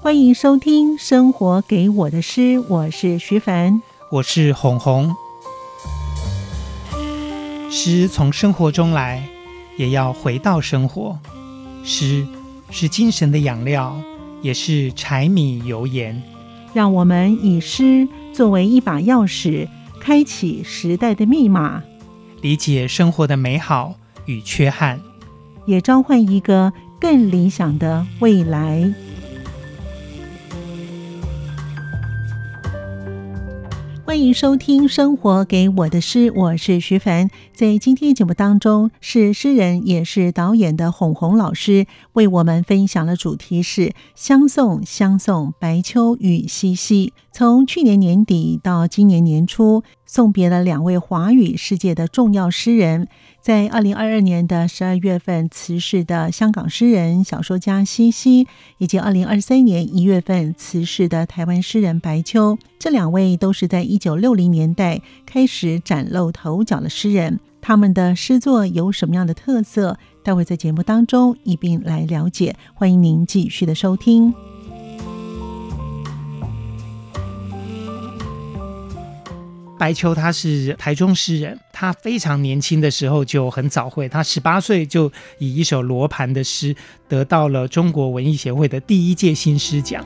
欢迎收听《生活给我的诗》，我是徐凡， 我是红红。诗从生活中来，也要回到生活。诗是精神的养料，也是柴米油盐。 让我们以诗作为一把钥匙，开启时代的密码， 理解生活的美好与缺憾， 也召唤一个更理想的未来。欢迎收听《生活给我的诗》，我是徐凡。在今天节目当中，是诗人也是导演的红红老师为我们分享的主题是相送白秋与西西。从去年年底到今年年初，送别了两位华语世界的重要诗人。在2022年的12月份辞世的香港诗人小说家西西，以及2023年1月份辞世的台湾诗人白秋，这两位都是在1960年代开始崭露头角的诗人。他们的诗作有什么样的特色？待会在节目当中一并来了解。欢迎您继续的收听。 白秋他是台中诗人，他非常年轻的时候就很早会，他18岁就以一首罗盘的诗得到了中国文艺协会的第1届新诗奖。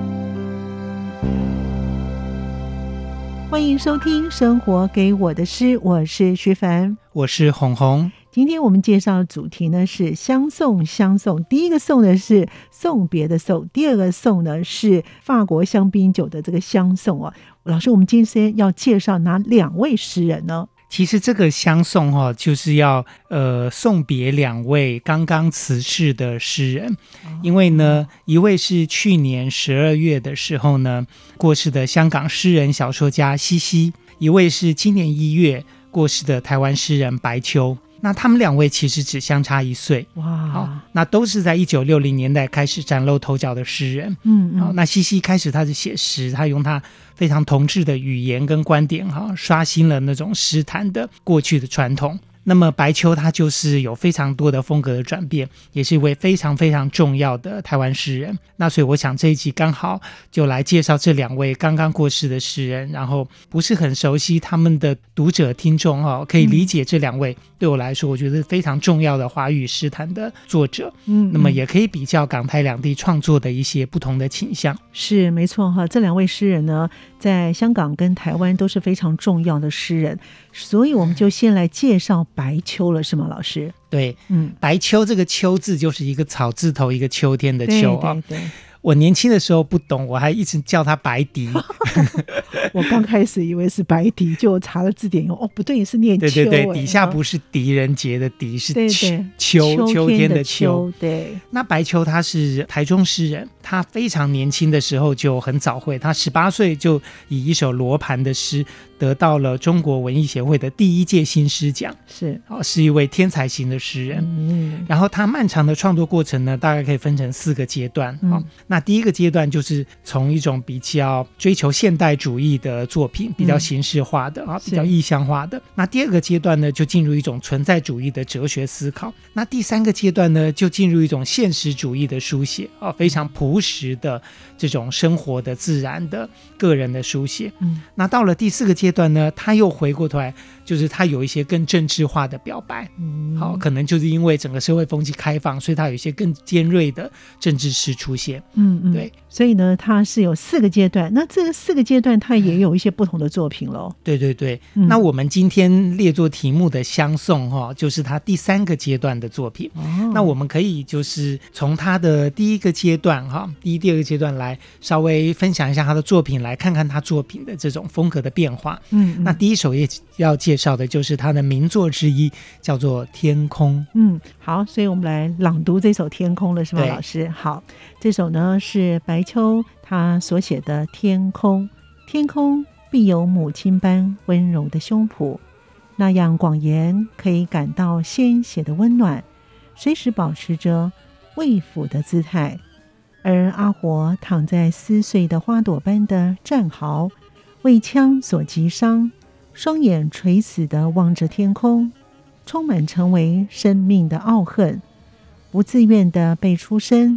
欢迎收听《生活给我的诗》，我是徐凡， 我是红红。 今天我们介绍的主题呢是相送。第一个送的是送别的送，第二个送呢是法国香槟酒的这个相送。老师，我们今天要介绍哪两位诗人呢？ 其实这个相送就是要送别两位刚刚辞世的诗人。因为呢，一位是去年12月的时候呢过世的香港诗人小说家西西，一位是今年1月过世的台湾诗人白秋。那他们两位其实只相差1岁。 哇， 那都是在1960年代开始崭露头角的诗人。那西西开始他是写诗，他用他非常同志的语言跟观点刷新了那种诗坛的过去的传统。那么白秋他就是有非常多的风格的转变，也是一位非常非常重要的台湾诗人。那所以我想这一集刚好就来介绍这两位刚刚过世的诗人，然后不是很熟悉他们的读者听众可以理解这两位对我来说我觉得非常重要的华语诗坛的作者。那么也可以比较港台两地创作的一些不同的倾向。 是没错这两位诗人呢在香港跟台湾都是非常重要的诗人，所以我们就先来介绍白秋了，是吗老师？ 对，白秋这个秋字就是一个草字头一个秋天的秋。 对， 我年轻的时候不懂，我还一直叫他白狄。 我刚开始以为是白狄，就查了字典不对，是念秋。 对，底下不是狄仁杰的狄，是秋天的秋。 对， 那白秋他是台中诗人，他非常年轻的时候就很早会，他18岁就以一首罗盘的诗得到了中国文艺协会的第1届新诗奖。是一位天才型的诗人。然后他漫长的创作过程呢，大概可以分成4个阶段。那第一个阶段就是从一种比较追求现代主义的作品，比较形式化的比较意象化的。那第二个阶段呢，就进入一种存在主义的哲学思考。那第3个阶段呢，就进入一种现实主义的书写非常朴实的这种生活的自然的个人的书写。那到了第4个阶段呢，他又回过头来，就是他有一些更政治化的表白。可能就是因为整个社会风气开放，所以他有一些更尖锐的政治诗出现。对， 所以呢它是有4个阶段，那这个4个阶段它也有一些不同的作品咯。 对，那我们今天列作题目的相送就是他第3个阶段的作品。那我们可以就是从他的第1个阶段第1、第2个阶段来稍微分享一下他的作品，来看看他作品的这种风格的变化。那第一首也要介绍的就是他的名作之一，叫做天空。好，所以我们来朗读这首天空了，是吗老师？好，这首呢是白秋他所写的天空。天空必有母亲般温柔的胸脯，那样广颜可以感到鲜血的温暖，随时保持着慰抚的姿态。而阿活躺在撕碎的花朵般的战壕，为枪所击伤，双眼垂死地望着天空，充满成为生命的傲恨，不自愿地被出生，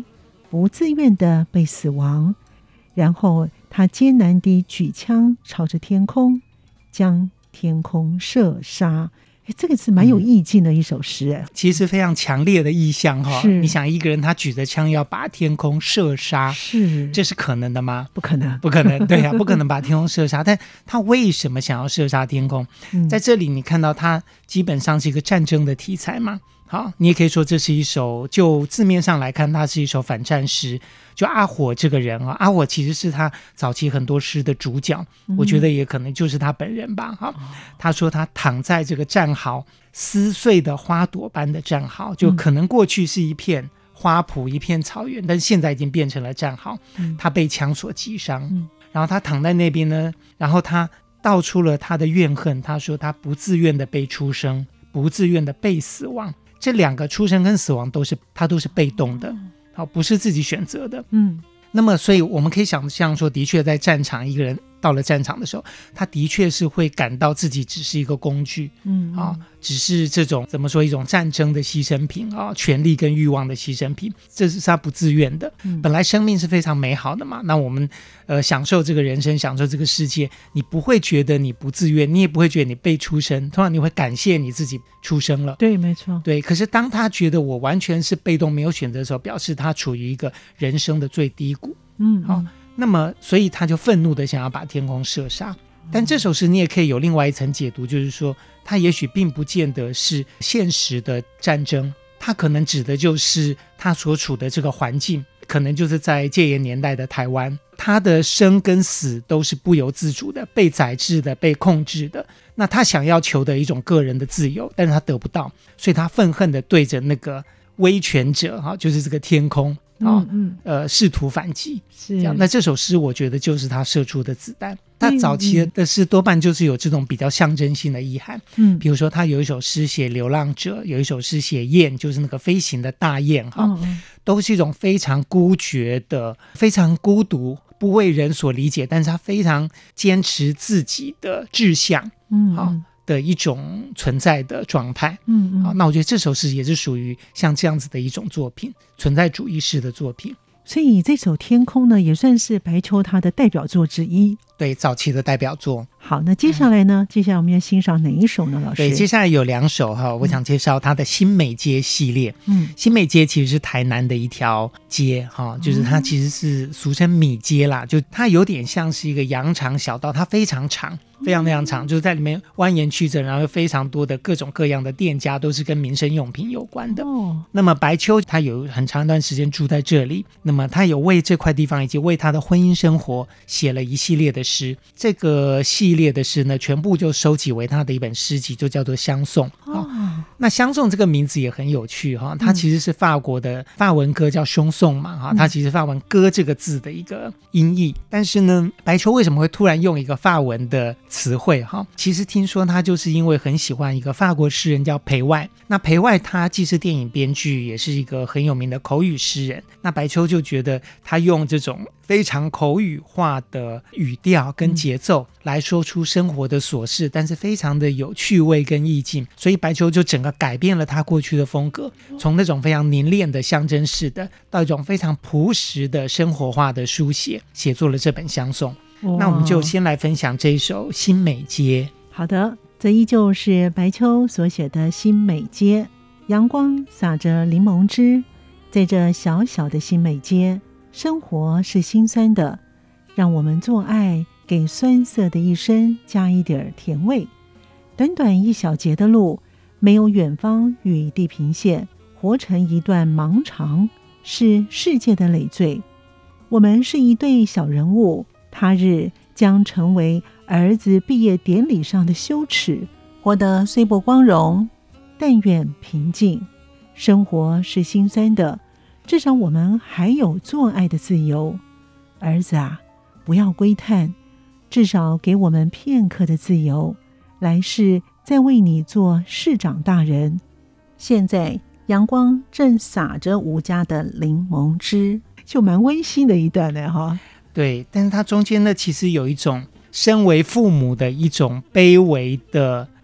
不自愿的被死亡，然后他艰难地举枪朝着天空，将天空射杀。这个是蛮有意境的一首诗， 其实非常强烈的意象哈。 是， 你想一个人他举着枪要把天空射杀， 是， 这是可能的吗？ 不可能， 不可能，对啊，不可能把天空射杀。但他为什么想要射杀天空？在这里你看到他基本上是一个战争的题材嘛。好，你也可以说这是一首，就字面上来看，它是一首反战诗。就阿火这个人啊，阿火其实是他早期很多诗的主角，我觉得也可能就是他本人吧。哈，他说他躺在这个战壕，撕碎的花朵般的战壕，就可能过去是一片花圃、一片草原，但是现在已经变成了战壕。他被枪所击伤，然后他躺在那边呢，然后他道出了他的怨恨。他说他不自愿的被出生，不自愿的被死亡。这两个出生跟死亡都是被动的，不是自己选择的。那么所以我们可以想象说，的确在战场，一个人到了战场的时候，他的确是会感到自己只是一个工具，只是这种怎么说，一种战争的牺牲品啊，权力跟欲望的牺牲品，这是他不自愿的。本来生命是非常美好的嘛，那我们享受这个人生，享受这个世界，你不会觉得你不自愿，你也不会觉得你被出生，通常你会感谢你自己出生了。 对，没错， 对。可是当他觉得我完全是被动没有选择的时候，表示他处于一个人生的最低谷。那么所以他就愤怒的想要把天空射杀。但这首诗你也可以有另外一层解读，就是说它也许并不见得是现实的战争，它可能指的就是他所处的这个环境，可能就是在戒严年代的台湾，他的生跟死都是不由自主的，被宰制的，被控制的。那他想要求的一种个人的自由，但是他得不到，所以他愤恨的对着那个威权者，就是这个天空试图反击，是这样。那这首诗我觉得就是他射出的子弹。他早期的诗多半就是有这种比较象征性的意涵，比如说他有一首诗写流浪者，有一首诗写雁，就是那个飞行的大雁，都是一种非常孤绝的，非常孤独，不为人所理解，但是他非常坚持自己的志向，的一种存在的状态。那我觉得这首诗也是属于像这样子的一种作品，存在主义式的作品。 所以这首天空呢，也算是白秋他的代表作之一， 对，早期的代表作。 好，那接下来呢，接下来我们要欣赏哪一首呢，老师？ 对，接下来有2首我想介绍他的新美街系列。新美街其实是台南的一条街就是它其实是俗称米街啦，就它有点像是一个羊肠小道，它非常长，非常非常长，就是在里面蜿蜒曲折，然后有非常多的各种各样的店家，都是跟民生用品有关的。那么白秋他有很长一段时间住在这里，那么他有为这块地方以及为他的婚姻生活写了一系列的诗。这个系列的诗呢，全部就收集为他的一本诗集，就叫做《相送》。那《相送》这个名字也很有趣它其实是法国的法文歌叫凶颂嘛它其实法文歌这个字的一个音译。但是呢，白秋为什么会突然用一个法文的词汇其实听说他就是因为很喜欢一个法国诗人叫裴外。那裴外他既是电影编剧，也是一个很有名的口语诗人。那白秋就觉得他用这种非常口语化的语调跟节奏来说出生活的琐事，但是非常的有趣味跟意境，所以白秋就整个改变了他过去的风格，从那种非常凝练的象征式的，到一种非常朴实的生活化的书写，写作了这本相送。那我们就先来分享这一首新美街。 好的，这依旧是白秋所写的新美街。阳光洒着柠檬汁，在这小小的新美街，生活是心酸的，让我们做爱，给酸涩的一生加一点甜味。短短一小节的路，没有远方与地平线，活成一段盲肠，是世界的累赘。我们是一对小人物，他日将成为儿子毕业典礼上的羞耻。活得虽不光荣，但愿平静。生活是心酸的，至少我们还有做爱的自由。儿子啊，不要归叹，至少给我们片刻的自由，来世再为你做市长大人。现在阳光正洒着吴家的柠檬汁，就蛮温馨的一段呢对，但是它中间呢，其实有一种身为父母的一种卑微的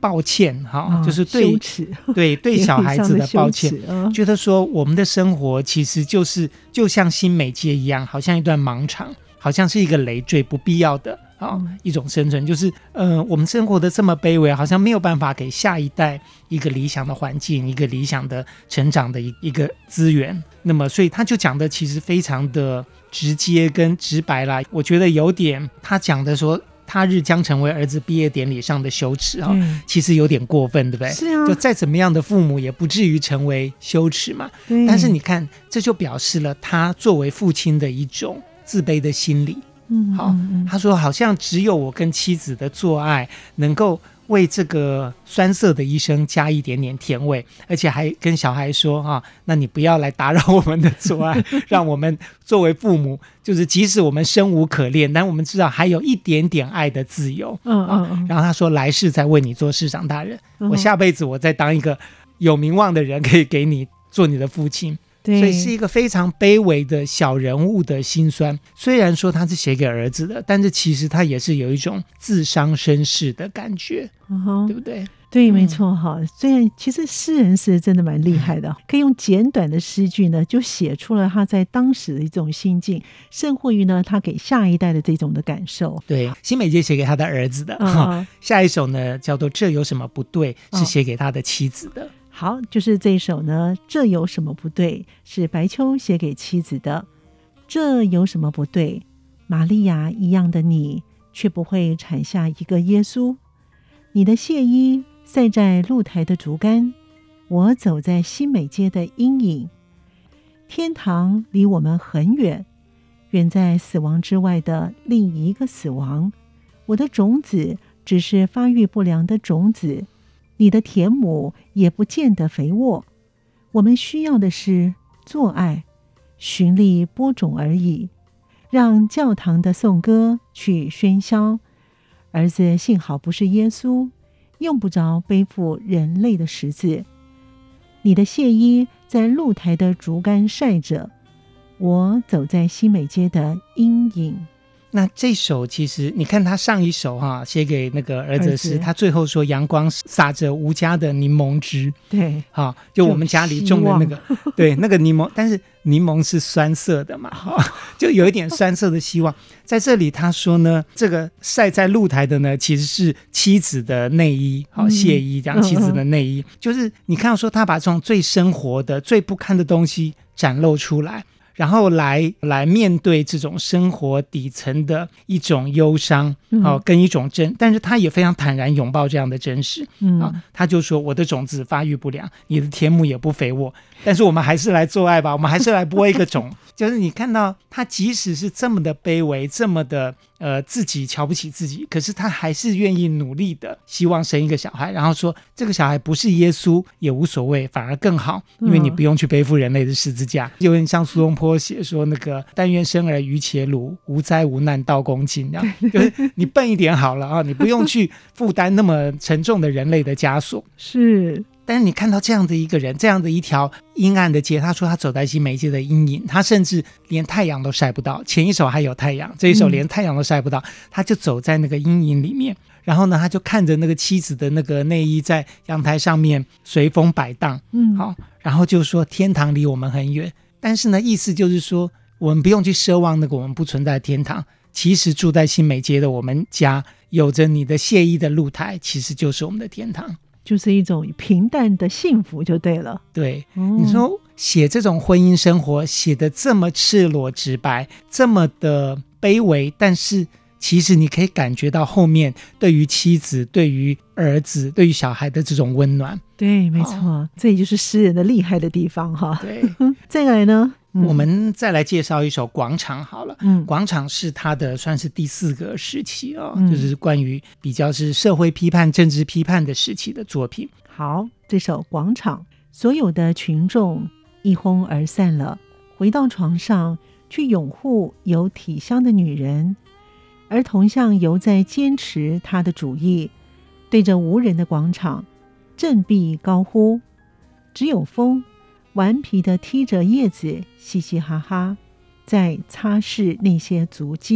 抱歉就是羞耻， 对小孩子的抱歉， 觉得说我们的生活其实就像新美街一样，好像一段盲场，好像是一个累赘不必要的一种生存，就是我们生活的这么卑微，好像没有办法给下一代一个理想的环境，一个理想的成长的一个资源。那么所以他就讲的其实非常的直接跟直白啦，我觉得有点他讲的说他日将成为儿子毕业典礼上的羞耻其实有点过分，对不对？ 是啊， 就再怎么样的父母也不至于成为羞耻嘛。但是你看，这就表示了他作为父亲的一种自卑的心理。他说好像只有我跟妻子的做爱能够为这个酸涩的一生加一点点甜味，而且还跟小孩说那你不要来打扰我们的做爱让我们作为父母，就是即使我们生无可恋，但我们知道还有一点点爱的自由。然后他说来世再为你做市长大人，我下辈子我再当一个有名望的人，可以给你做你的父亲。所以是一个非常卑微的小人物的辛酸，虽然说他是写给儿子的，但是其实他也是有一种自伤身世的感觉，对不对？ 对，没错虽然其实诗人是真的蛮厉害的，可以用简短的诗句呢，就写出了他在当时的一种心境，甚或于呢，他给下一代的这种的感受。 对，新美街写给他的儿子的，下一首呢叫做《这有什么不对》，是写给他的妻子的。 好，就是这一首呢，这有什么不对，是白秋写给妻子的。这有什么不对？玛利亚一样的你，却不会产下一个耶稣。你的亵衣晒在露台的竹竿，我走在新美街的阴影。天堂离我们很远，远在死亡之外的另一个死亡。我的种子只是发育不良的种子，你的田亩也不见得肥沃。我们需要的是做爱，循例播种而已，让教堂的颂歌去喧嚣。儿子幸好不是耶稣，用不着背负人类的十字。你的亵衣在露台的竹竿晒着，我走在新美街的阴影。 那这首其实你看他上一首写给那个儿子的诗，他最后说阳光洒着吴家的柠檬汁， 对， 就我们家里种的那个对，那个柠檬，但是柠檬是酸涩的嘛，就有一点酸涩的希望。在这里他说呢，这个晒在露台的呢其实是妻子的内衣，亵衣，这样妻子的内衣，就是你看到说他把这种最生活的最不堪的东西展露出来，然后来面对这种生活底层的一种忧伤，跟一种但是他也非常坦然拥抱这样的真实。他就说我的种子发育不良，你的田亩也不肥沃，但是我们还是来做爱吧，我们还是来播一个种。就是你看到他即使是这么的卑微，这么的自己瞧不起自己，可是他还是愿意努力的希望生一个小孩，然后说这个小孩不是耶稣也无所谓，反而更好，因为你不用去背负人类的十字架。有点像苏东坡写说那个但愿生儿愚且鲁，无灾无难到公卿，这样就是你笨一点好了你不用去负担那么沉重的人类的枷锁。 是， 但是你看到这样的一个人，这样的一条阴暗的街，他说他走在新美街的阴影，他甚至连太阳都晒不到，前一首还有太阳，这一首连太阳都晒不到，他就走在那个阴影里面，然后呢他就看着那个妻子的那个内衣在阳台上面随风摆荡，然后就说天堂离我们很远，但是呢意思就是说我们不用去奢望那个我们不存在的天堂，其实住在新美街的我们家有着你的亵衣的露台，其实就是我们的天堂， 就是一种平淡的幸福就对了。 对，你说写这种婚姻生活写得这么赤裸直白，这么的卑微，但是其实你可以感觉到后面对于妻子，对于儿子，对于小孩的这种温暖。 对，没错，这也就是诗人的厉害的地方哈。 对， 再来呢， 我们再来介绍一首《广场》好了。广场是他的算是第4个时期就是关于比较是社会批判、政治批判的时期的作品。 好，这首《广场》，所有的群众一哄而散了，回到床上去拥护有体香的女人，而铜像犹在坚持他的主意，对着无人的广场振臂高呼，只有风顽皮地踢着叶子，嘻嘻哈哈，在擦拭那些足迹。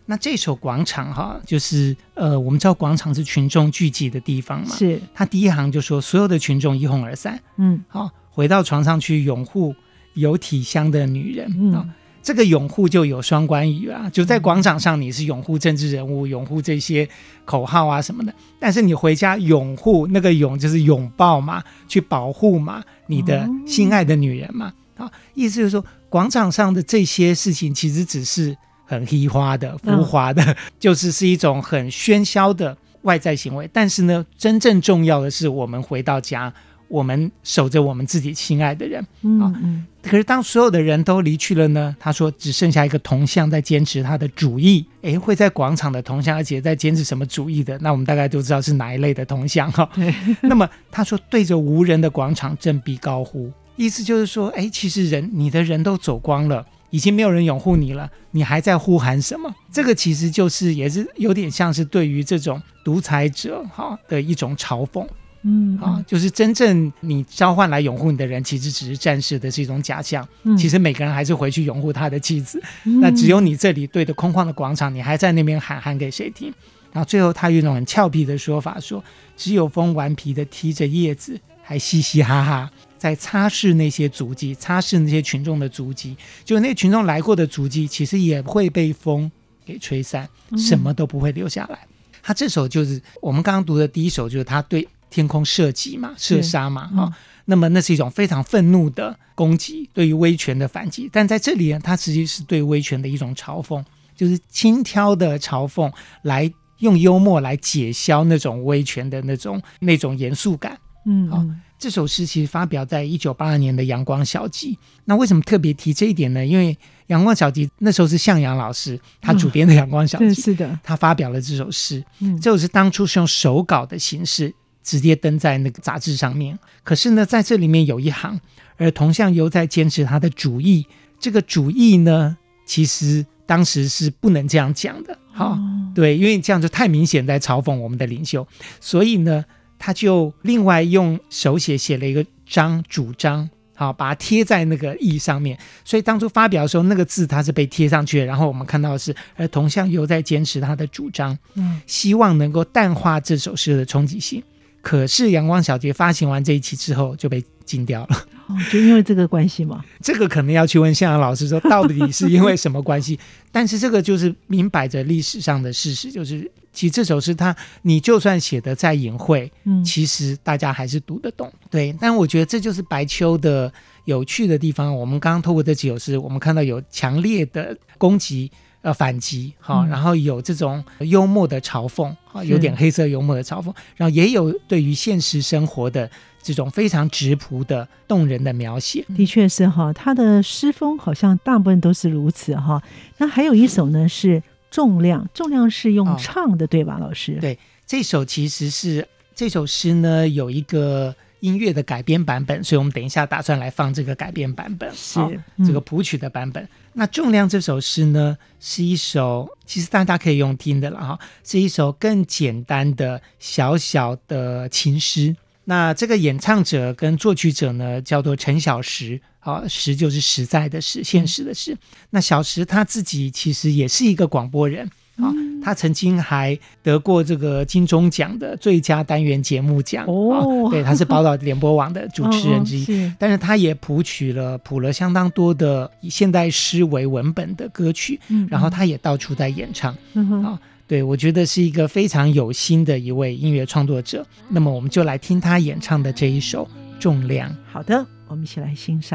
那这首广场哈，就是我们知道广场是群众聚集的地方嘛， 是他第一行就说所有的群众一哄而散，好，回到床上去拥护有体香的女人，这个拥护就有双关语啊，就在广场上你是拥护政治人物，拥护这些口号啊什么的，但是你回家拥护那个拥就是拥抱嘛，去保护嘛，你的心爱的女人嘛，意思就是说广场上的这些事情其实只是很虚花的浮华的，是一种很喧嚣的外在行为，但是呢真正重要的是我们回到家，我们守着我们自己心爱的人，可是当所有的人都离去了呢，他说只剩下一个铜像在坚持他的主义，会在广场的铜像，而且在坚持什么主义的，那我们大概都知道是哪一类的铜像那么他说对着无人的广场振臂高呼，意思就是说其实你的人都走光了，已经没有人拥护你了，你还在呼喊什么？这个其实也是有点像是对于这种独裁者的一种嘲讽，就是真正你召唤来拥护你的人其实只是战士的是一种假象，其实每个人还是回去拥护他的妻子，那只有你这里对着空旷的广场，你还在那边喊给谁听？然后最后他有一种很俏皮的说法，说只有风顽皮的踢着叶子，还嘻嘻哈哈在擦拭那些足迹，擦拭那些群众的足迹，就那群众来过的足迹其实也会被风给吹散，什么都不会留下来。他这首就是我们刚刚读的第一首，就是他对天空射击嘛，射杀嘛，那么那是一种非常愤怒的攻击，对于威权的反击，但在这里呢，他实际是对威权的一种嘲讽，就是轻佻的嘲讽，来用幽默来解消那种威权的那种严肃感。这首诗其实发表在1982年的《阳光小集》。那为什么特别提这一点呢？因为《阳光小集》那时候是向阳老师他主编的《阳光小集》， 是的， 他发表了这首诗，这首诗当初是用手稿的形式直接登在那个杂志上面。可是呢，在这里面有一行，而铜像犹在坚持他的主义。这个主义呢，其实当时是不能这样讲的，对，因为这样就太明显在嘲讽我们的领袖，所以呢他就另外用手写了一个主张，把它贴在那个意上面，所以当初发表的时候那个字它是被贴上去的，然后我们看到的是而铜像犹在坚持他的主张，希望能够淡化这首诗的冲击性。可是阳光小节发行完这一期之后就被禁掉了， 就因为这个关系吗？ 这个可能要去问向阳老师说到底是因为什么关系但是这个就是明摆着历史上的事实，就是其实这首诗你就算写得再隐晦，其实大家还是读得懂。对，但我觉得这就是白秋的有趣的地方。我们刚刚透过这几首诗，我们看到有强烈的攻击反击，然后有这种幽默的嘲讽，有点黑色幽默的嘲讽，然后也有对于现实生活的这种非常质朴的动人的描写。 的确是他的诗风好像大部分都是如此那还有一首呢是重量是用唱的，对吧老师？ 对，这首其实是这首诗呢有一个音乐的改编版本，所以我们等一下打算来放这个改编版本， 是这个谱曲的版本。那重量这首诗呢是一首其实大家可以用听的了是一首更简单的小小的情诗。那这个演唱者跟作曲者呢叫做陈小石，石就是实在的石，现实的石。那小石他自己其实也是一个广播人，他曾经还得过这个金钟奖的最佳单元节目奖，对，他是宝岛联播网的主持人之一但是他也谱了相当多的以现代诗为文本的歌曲，然后他也到处在演唱，对，我觉得是一个非常有心的一位音乐创作者。那么我们就来听他演唱的这一首重量。 好的，我们一起来欣赏。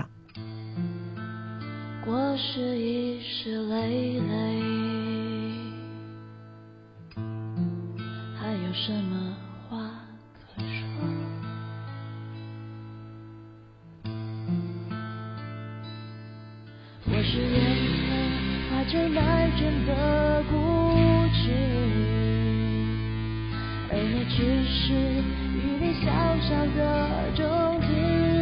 过时已是累累，还有什么话可说？我是眼泪化成耐卷的固执，而你只是与你小小的种子，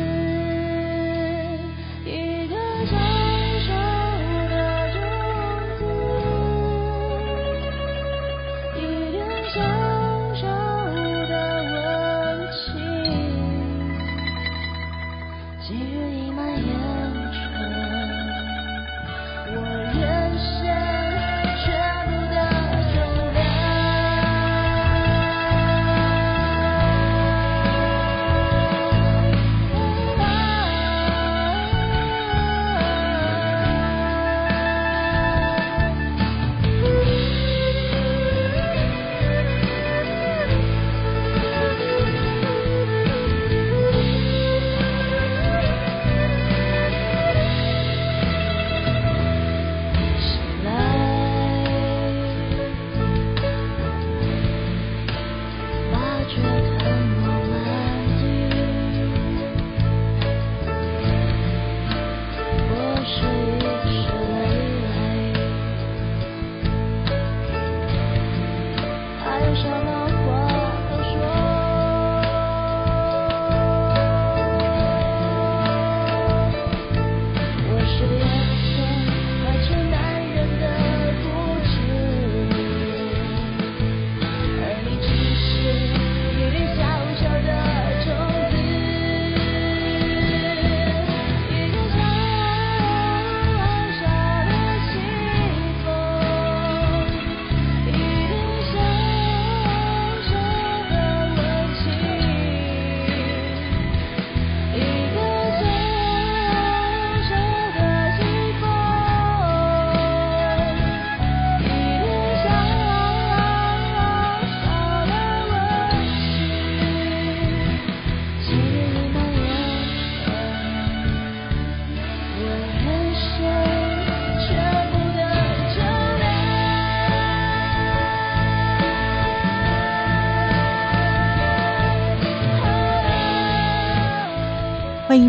一个小小的种子，一点小小的温情，几日已蔓延成我原先全部的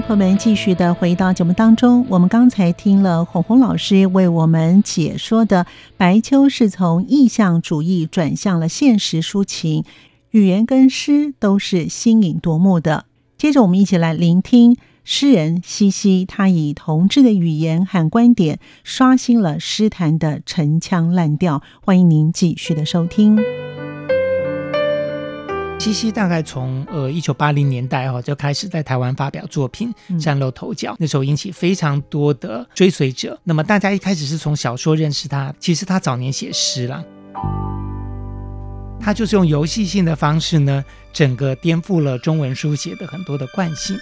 朋友们，继续的回到节目当中，我们刚才听了红红老师为我们解说的白秋是从意象主义转向了现实抒情，语言跟诗都是新颖夺目的。接着我们一起来聆听诗人西西，他以同志的语言和观点刷新了诗坛的陈腔滥调。欢迎您继续的收听。 西西大概从1980年代就开始在台湾发表作品，崭露头角，那时候引起非常多的追随者。那么大家一开始是从小说认识他，其实他早年写诗啦，他就是用游戏性的方式呢，整个颠覆了中文书写的很多的惯性。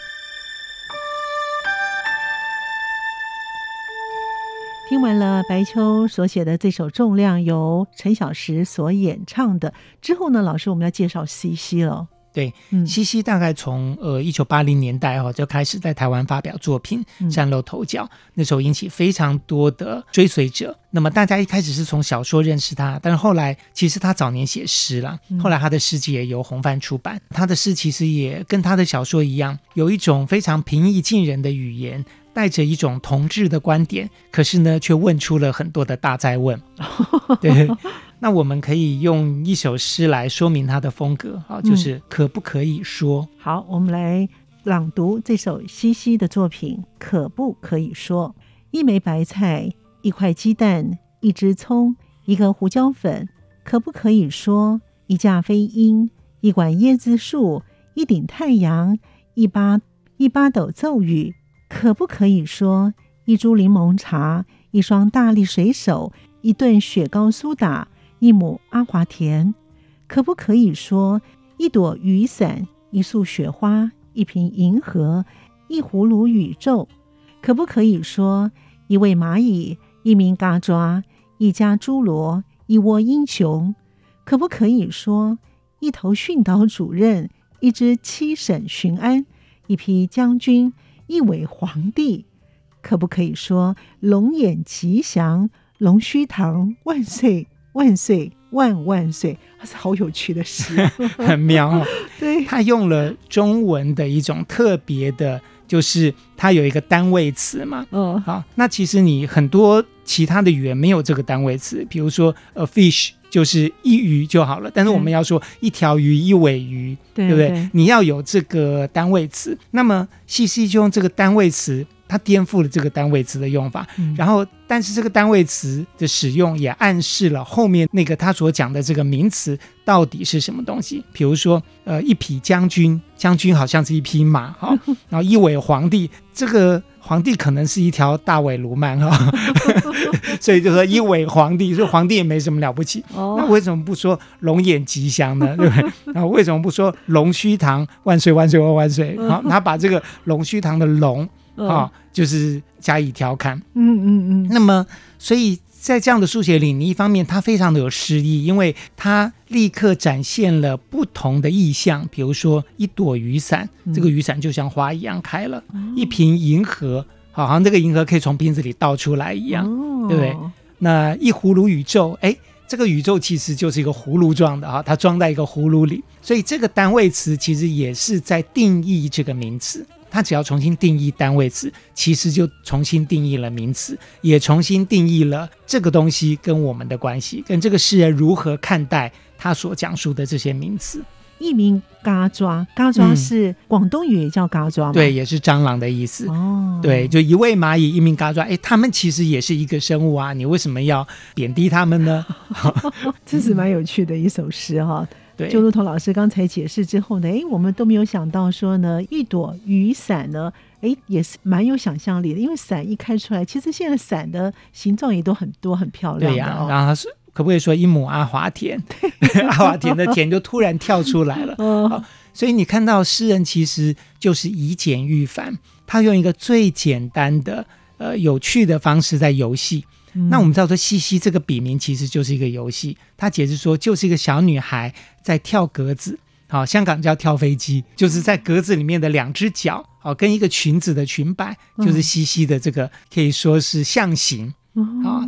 听完了白秋所写的这首《重量》，由陈小时所演唱的之后呢，老师我们要介绍西西了。 对，西西大概从1980年代就开始在台湾发表作品，崭露头角，那时候引起非常多的追随者。那么大家一开始是从小说认识他，但是后来其实他早年写诗啦，后来他的诗集也由红帆出版，他的诗其实也跟他的小说一样，有一种非常平易近人的语言，带着一种同志的观点，可是呢却问出了很多的大哉问。对，那我们可以用一首诗来说明他的风格，就是可不可以说。 好，我们来朗读这首西西的作品《可不可以说》。一枚白菜，一块鸡蛋，一只葱，一个胡椒粉，可不可以说？一架飞鹰，一管椰子树，一顶太阳，一巴斗骤雨，可不可以说？一株柠檬茶，一双大力水手，一顿雪糕苏打，一亩阿华田，可不可以说？一朵雨伞，一束雪花，一瓶银河，一葫芦宇宙，可不可以说？一位蚂蚁，一名嘎抓，一家侏罗，一窝英雄，可不可以说？一头训导主任，一支七省巡安，一批将军，一尾皇帝，可不可以说？龙眼吉祥，龙须糖万岁万岁万万岁，是好有趣的诗。 很妙哦。 对， 他用了中文的一种特别的，就是它有一个单位词嘛。好，那其实你很多其他的语言没有这个单位词，比如说a fish 就是一鱼就好了，但是我们要说一条鱼一尾鱼，对不对？你要有这个单位词。那么西西就用这个单位词，他颠覆了这个单位词的用法，然后但是这个单位词的使用也暗示了后面那个他所讲的这个名词到底是什么东西。比如说一匹将军，将军好像是一匹马，然后一尾皇帝，这个皇帝可能是一条大尾鲈鳗，所以就说一尾皇帝，所以皇帝也没什么了不起。那为什么不说龙眼吉祥呢？对不对？然后为什么不说龙须糖万岁万岁万万岁？好，他把这个龙须糖的龙就是加以调侃。那么所以在这样的书写里，你一方面它非常的有诗意，因为它立刻展现了不同的意象，比如说一朵雨伞，这个雨伞就像花一样开了，一瓶银河，好像这个银河可以从瓶子里倒出来一样，对不对？那一葫芦宇宙，这个宇宙其实就是一个葫芦状的，它装在一个葫芦里，所以这个单位词其实也是在定义这个名词。它只要重新定义单位词，其实就重新定义了名词，也重新定义了这个东西跟我们的关系，跟这个诗人如何看待他所讲述的这些名词。 一名嘎抓，嘎抓是广东语也叫嘎抓吗？ 对，也是蟑螂的意思。对，就一位蚂蚁，一名嘎抓，他们其实也是一个生物啊，你为什么要贬低他们呢？ 这是蛮有趣的一首诗哈。 对， 就如同老师刚才解释之后呢，我们都没有想到说呢，一朵雨伞呢，也是蛮有想象力的，因为伞一开出来，其实现在伞的形状也都很多很漂亮的。对呀， 然后它是可不可以说一亩阿华田？阿华田的田就突然跳出来了。所以你看到诗人其实就是以简驭繁，他用一个最简单的有趣的方式在游戏。那我们知道说西西这个笔名其实就是一个游戏，他解释说就是一个小女孩在跳格子，香港叫跳飞机，就是在格子里面的两只脚，跟一个裙子的裙摆，就是西西的这个可以说是象形。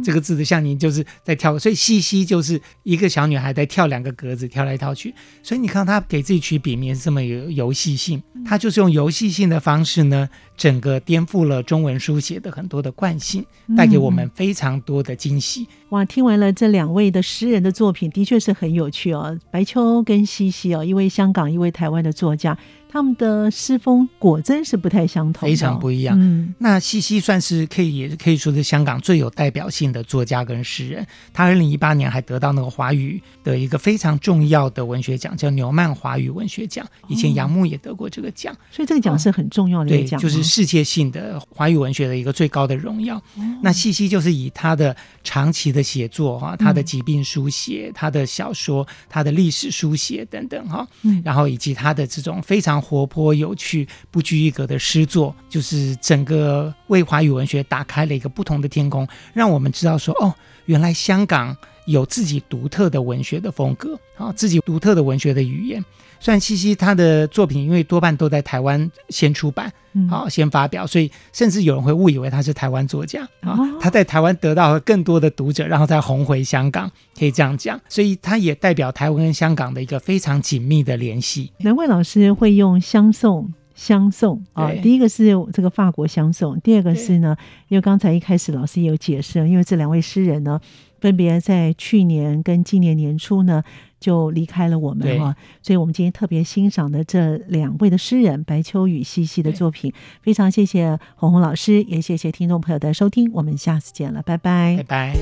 这个字的象形就是在跳，所以西西就是一个小女孩在跳2个格子，跳来跳去。所以你看她给自己取笔名是这么有游戏性，她就是用游戏性的方式呢，整个颠覆了中文书写的很多的惯性，带给我们非常多的惊喜。 哇，听完了这2位的诗人的作品，的确是很有趣哦。白秋跟西西哦，一位香港，一位台湾的作家，他们的诗风果真是不太相同的， 非常不一样。那西西算是也可以说是香港最有代表性的作家跟诗人。他2018年还得到那个华语的一个非常重要的文学奖，叫纽曼华语文学奖。以前杨牧也得过这个奖， 所以这个奖是很重要的一个奖， 对，就是世界性的华语文学的一个最高的荣耀。那西西就是以他的长期的写作他的疾病书写，他的小说，他的历史书写等等然后以及他的这种非常活泼有趣不拘一格的诗作，就是整个为华语文学打开了一个不同的天空，让我们知道说原来香港有自己独特的文学的风格，自己独特的文学的语言。虽然西西他的作品因为多半都在台湾先出版先发表，所以甚至有人会误以为他是台湾作家他在台湾得到更多的读者，然后再红回香港，可以这样讲。所以他也代表台湾跟香港的一个非常紧密的联系。 难怪老师会用相送第一个是这个法国相送，第二个是呢，因为刚才一开始老师也有解释，因为这2位诗人呢分别在去年跟今年年初呢就离开了我们所以我们今天特别欣赏的这2位的诗人白秋与西西的作品。非常谢谢鸿鸿老师，也谢谢听众朋友的收听，我们下次见了，拜拜， 拜拜。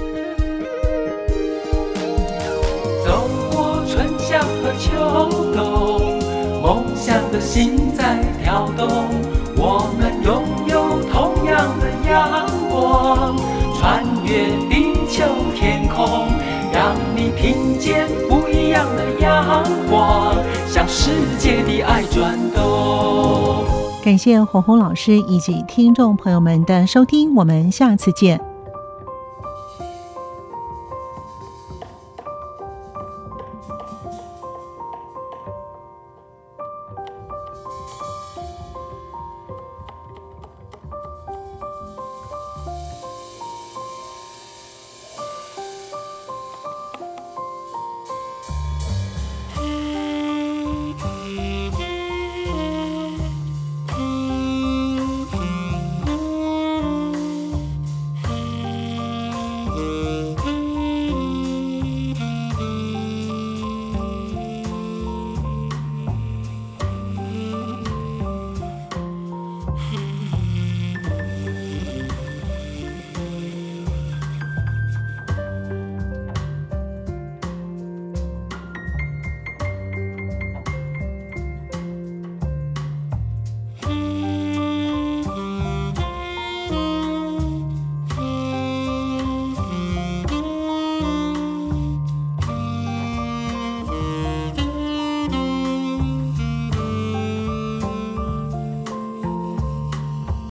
走过春夏和秋冬，梦想的心在跳动，我们拥有同样的阳光，穿越地球天空，让你听见不一样的阳光，向世界的爱转动。 感谢鸿鸿老师以及听众朋友们的收听，我们下次见。